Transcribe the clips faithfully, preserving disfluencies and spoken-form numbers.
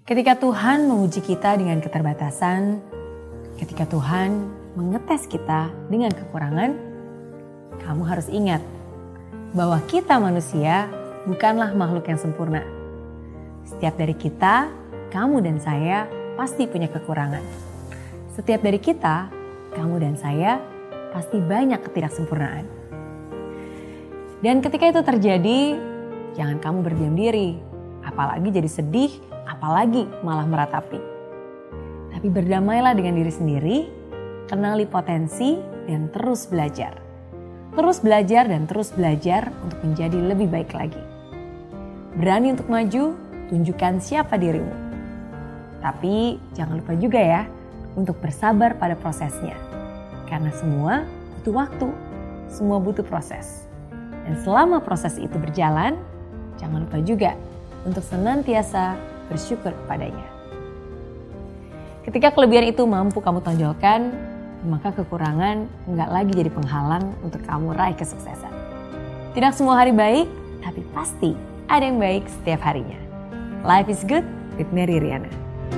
Ketika Tuhan menguji kita dengan keterbatasan, ketika Tuhan mengetes kita dengan kekurangan, kamu harus ingat bahwa kita manusia bukanlah makhluk yang sempurna. Setiap dari kita, kamu dan saya pasti punya kekurangan. Setiap dari kita, kamu dan saya pasti banyak ketidaksempurnaan. Dan ketika itu terjadi, jangan kamu berdiam diri, apalagi jadi sedih, apalagi malah meratapi. Tapi berdamailah dengan diri sendiri, kenali potensi, dan terus belajar. Terus belajar dan terus belajar untuk menjadi lebih baik lagi. Berani untuk maju, tunjukkan siapa dirimu. Tapi jangan lupa juga ya, untuk bersabar pada prosesnya. Karena semua butuh waktu, semua butuh proses. Dan selama proses itu berjalan, jangan lupa juga untuk senantiasa bersyukur kepadanya. Ketika kelebihan itu mampu kamu tonjolkan, maka kekurangan enggak lagi jadi penghalang untuk kamu raih kesuksesan. Tidak semua hari baik, tapi pasti ada yang baik setiap harinya. Life is good with Mary Riana.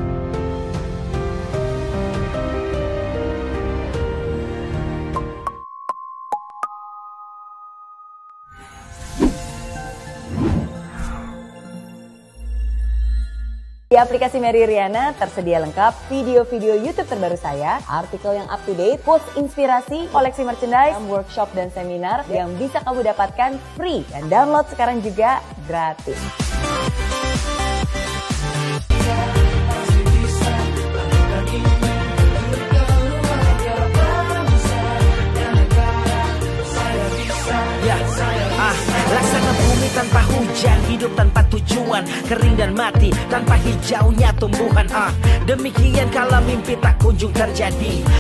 Di aplikasi Mary Riana tersedia lengkap video-video YouTube terbaru saya, artikel yang up to date, quotes inspirasi, koleksi merchandise, workshop dan seminar yang bisa kamu dapatkan free dan download sekarang juga gratis. Laksana bumi tanpa hujan, hidup tanpa tujuan, kering dan mati tanpa hijaunya tumbuhan. Ah, demikian kala mimpi tak kunjung terjadi.